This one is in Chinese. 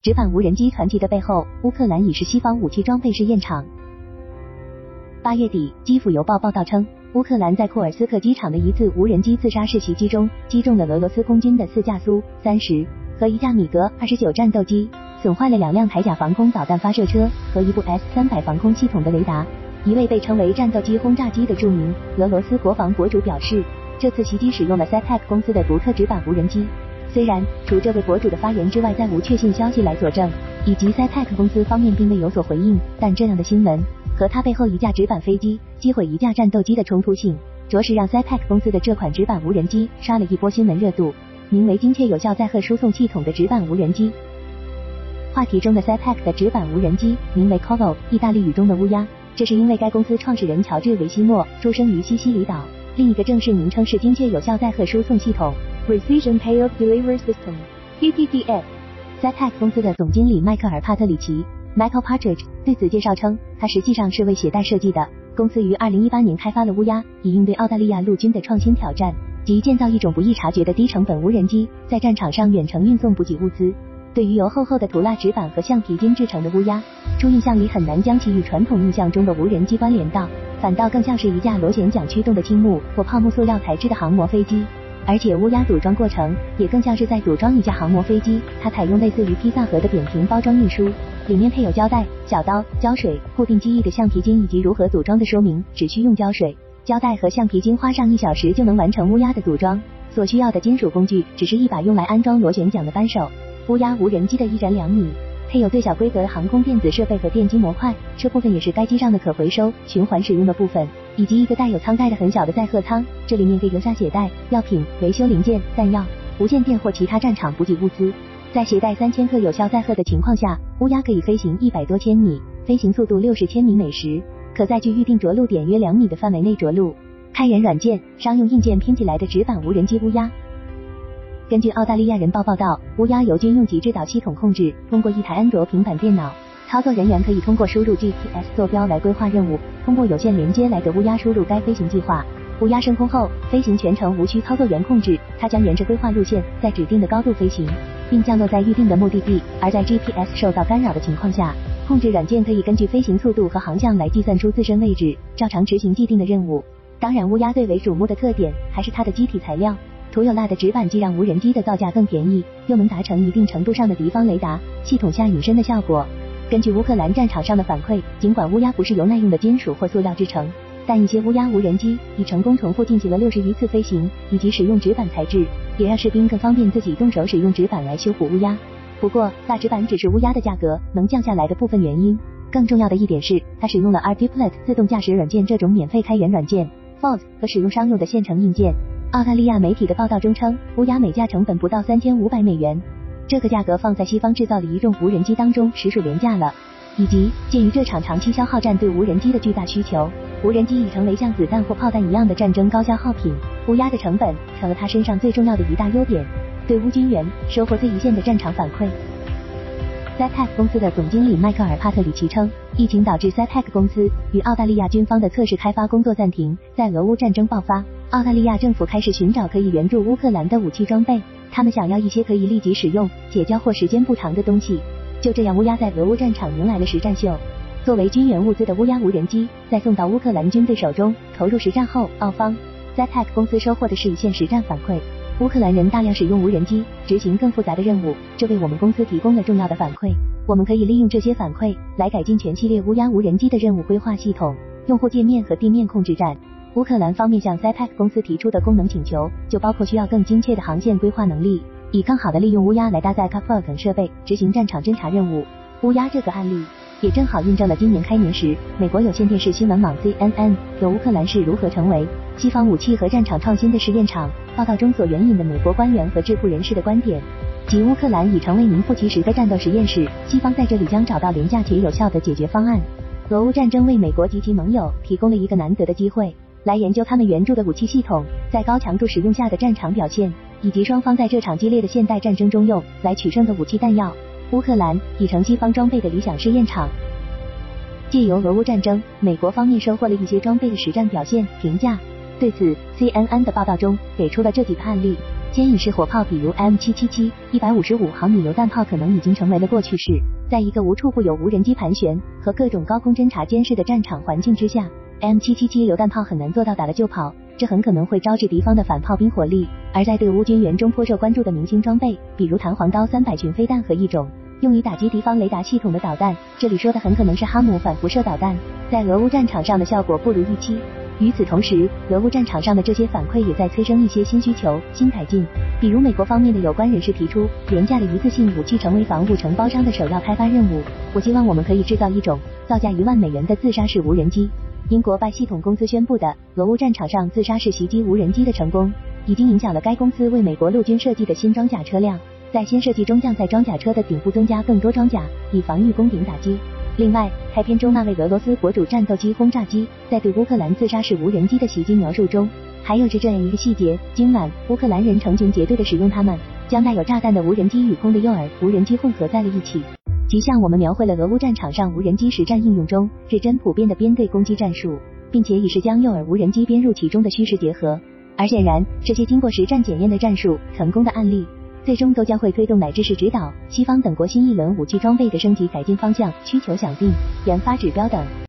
直板无人机传奇的背后，乌克兰已是西方武器装备试验场。8月底，基辅邮报报道称，乌克兰在库尔斯克机场的一次无人机自杀式袭击中，击中了俄罗斯空军的4架苏30和1架米格29战斗机，损坏了2辆铠甲防空导弹发射车和一部 S-300防空系统的雷达。一位被称为战斗机轰炸机的著名俄罗斯国防博主表示，这次袭击使用了 SiTech 公司的独特直板无人机。虽然除这位博主的发言之外再无确信消息来佐证，以及 SiTech 公司方面并未有所回应，但这样的新闻和它背后一架直板飞机击毁一架战斗机的冲突性，着实让 SiTech 公司的这款直板无人机刷了一波新闻热度。名为精确有效载荷输送系统的直板无人机。话题中的 SiTech 的直板无人机名为 Corvo， 意大利语中的乌鸦，这是因为该公司创始人乔治·维西莫出生于西西里岛。另一个正式名称是精确有效载荷输送系统 Precision Payload Delivery System PPDS。 SiTech 公司的总经理迈克尔·帕特里奇 Michael Partridge 对此介绍称，它实际上是为携带设计的。公司于2018年开发了乌鸦，以应对澳大利亚陆军的创新挑战，即建造一种不易察觉的低成本无人机，在战场上远程运送补给物资。对于由厚厚的涂蜡纸板和橡皮筋制成的乌鸦，初印象里很难将其与传统印象中的无人机关联到，反倒更像是一架螺旋桨驱动的轻木或泡沫塑料材质的航模飞机。而且乌鸦组装过程也更像是在组装一架航模飞机，它采用类似于披萨盒的扁平包装运输，里面配有胶带、小刀、胶水、固定机翼的橡皮筋以及如何组装的说明，只需用胶水、胶带和橡皮筋花上1小时就能完成乌鸦的组装。所需要的金属工具只是一把用来安装螺旋桨的扳手。乌鸦无人机的翼展2米，配有最小规格的航空电子设备和电机模块，车部分也是该机上的可回收、循环使用的部分，以及一个带有舱盖的很小的载荷舱，这里面可以留下携带、药品、维修零件、弹药、无线电或其他战场补给物资。在携带3000克有效载荷的情况下，乌鸦可以飞行100多千米，飞行速度60千米每时，可在距预定着陆点约2米的范围内着陆。开源软件、商用硬件拼起来的直板无人机乌鸦。根据澳大利亚人报报道，乌鸦由军用级制导系统控制，通过一台安卓平板电脑，操作人员可以通过输入 GPS 坐标来规划任务，通过有线连接来给乌鸦输入该飞行计划。乌鸦升空后，飞行全程无需操作员控制，它将沿着规划路线在指定的高度飞行，并降落在预定的目的地。而在 GPS 受到干扰的情况下，控制软件可以根据飞行速度和航向来计算出自身位置，照常执行既定的任务。当然，乌鸦最为瞩目的特点还是它的机体材料。涂有蜡的直板既让无人机的造价更便宜，又能达成一定程度上的敌方雷达系统下隐身的效果。根据乌克兰战场上的反馈，尽管乌鸦不是由耐用的金属或塑料制成，但一些乌鸦无人机已成功重复进行了60余次飞行，以及使用直板材质，也让士兵更方便自己动手使用直板来修补乌鸦。不过，蜡直板只是乌鸦的价格能降下来的部分原因，更重要的一点是，它使用了 Artiplet 自动驾驶软件这种免费开源软件 FOSS 和使用商用的现成硬件。澳大利亚媒体的报道中称，乌鸦每架成本不到3500美元，这个价格放在西方制造的移动无人机当中实属廉价了。以及鉴于这场长期消耗战对无人机的巨大需求，无人机已成为像子弹或炮弹一样的战争高消耗品，乌鸦的成本成了它身上最重要的一大优点。对乌军员收获最一线的战场反馈。SiTech 公司的总经理迈克尔·帕特里奇称，疫情导致 SiTech 公司与澳大利亚军方的测试开发工作暂停。在俄乌战争爆发，澳大利亚政府开始寻找可以援助乌克兰的武器装备，他们想要一些可以立即使用且交货时间不长的东西。就这样，乌鸦在俄乌战场迎来了实战秀。作为军援物资的乌鸦无人机，在送到乌克兰军队手中投入实战后，澳方 SiTech 公司收获的是一线实战反馈。乌克兰人大量使用无人机执行更复杂的任务，这为我们公司提供了重要的反馈。我们可以利用这些反馈来改进全系列乌鸦无人机的任务规划系统、用户界面和地面控制站。乌克兰方面向 SiTech 公司提出的功能请求就包括需要更精确的航线规划能力，以更好地利用乌鸦来搭载 Carport 等设备执行战场侦察任务。乌鸦这个案例也正好印证了今年开年时美国有线电视新闻网 CNN 的乌克兰是如何成为西方武器和战场创新的试验场报道中所援引的美国官员和智库人士的观点，即乌克兰已成为名副其实的战斗实验室，西方在这里将找到廉价且有效的解决方案。俄乌战争为美国及其盟友提供了一个难得的机会，来研究他们援助的武器系统在高强度使用下的战场表现，以及双方在这场激烈的现代战争中用来取胜的武器弹药。乌克兰已成西方装备的理想试验场。借由俄乌战争，美国方面收获了一些装备的实战表现评价。对此 CNN 的报道中给出了这几个案例。 牵引式火炮，比如 M777 155毫米榴弹炮，可能已经成为了过去式。在一个无处不有无人机盘旋和各种高空侦察监视的战场环境之下，M777 榴弹炮很难做到打了就跑，这很可能会招致敌方的反炮兵火力。而在对乌军援中颇受关注的明星装备，比如弹簧刀300群飞弹和一种用于打击敌方雷达系统的导弹，这里说的很可能是哈姆反辐射导弹，在俄乌战场上的效果不如预期。与此同时，俄乌战场上的这些反馈也在催生一些新需求、新改进。比如美国方面的有关人士提出，廉价的一次性武器成为防务承包商的首要开发任务。我希望我们可以制造一种造价1万美元的自杀式无人机。英国拜系统公司宣布的俄乌战场上自杀式袭击无人机的成功，已经影响了该公司为美国陆军设计的新装甲车辆。在新设计中，将在装甲车的顶部增加更多装甲，以防御攻顶打击。另外，开篇中那位俄罗斯国主战斗机轰炸机在对乌克兰自杀式无人机的袭击描述中，还有着这样一个细节：今晚乌克兰人成群结队地使用它们将带有炸弹的无人机与空的诱饵无人机混合在了一起，即向我们描绘了俄乌战场上无人机实战应用中日臻普遍的编队攻击战术，并且已是将诱饵无人机编入其中的虚实结合。而显然，这些经过实战检验的战术成功的案例，最终都将会推动乃至是指导西方等国新一轮武器装备的升级改进方向、需求想定、研发指标等。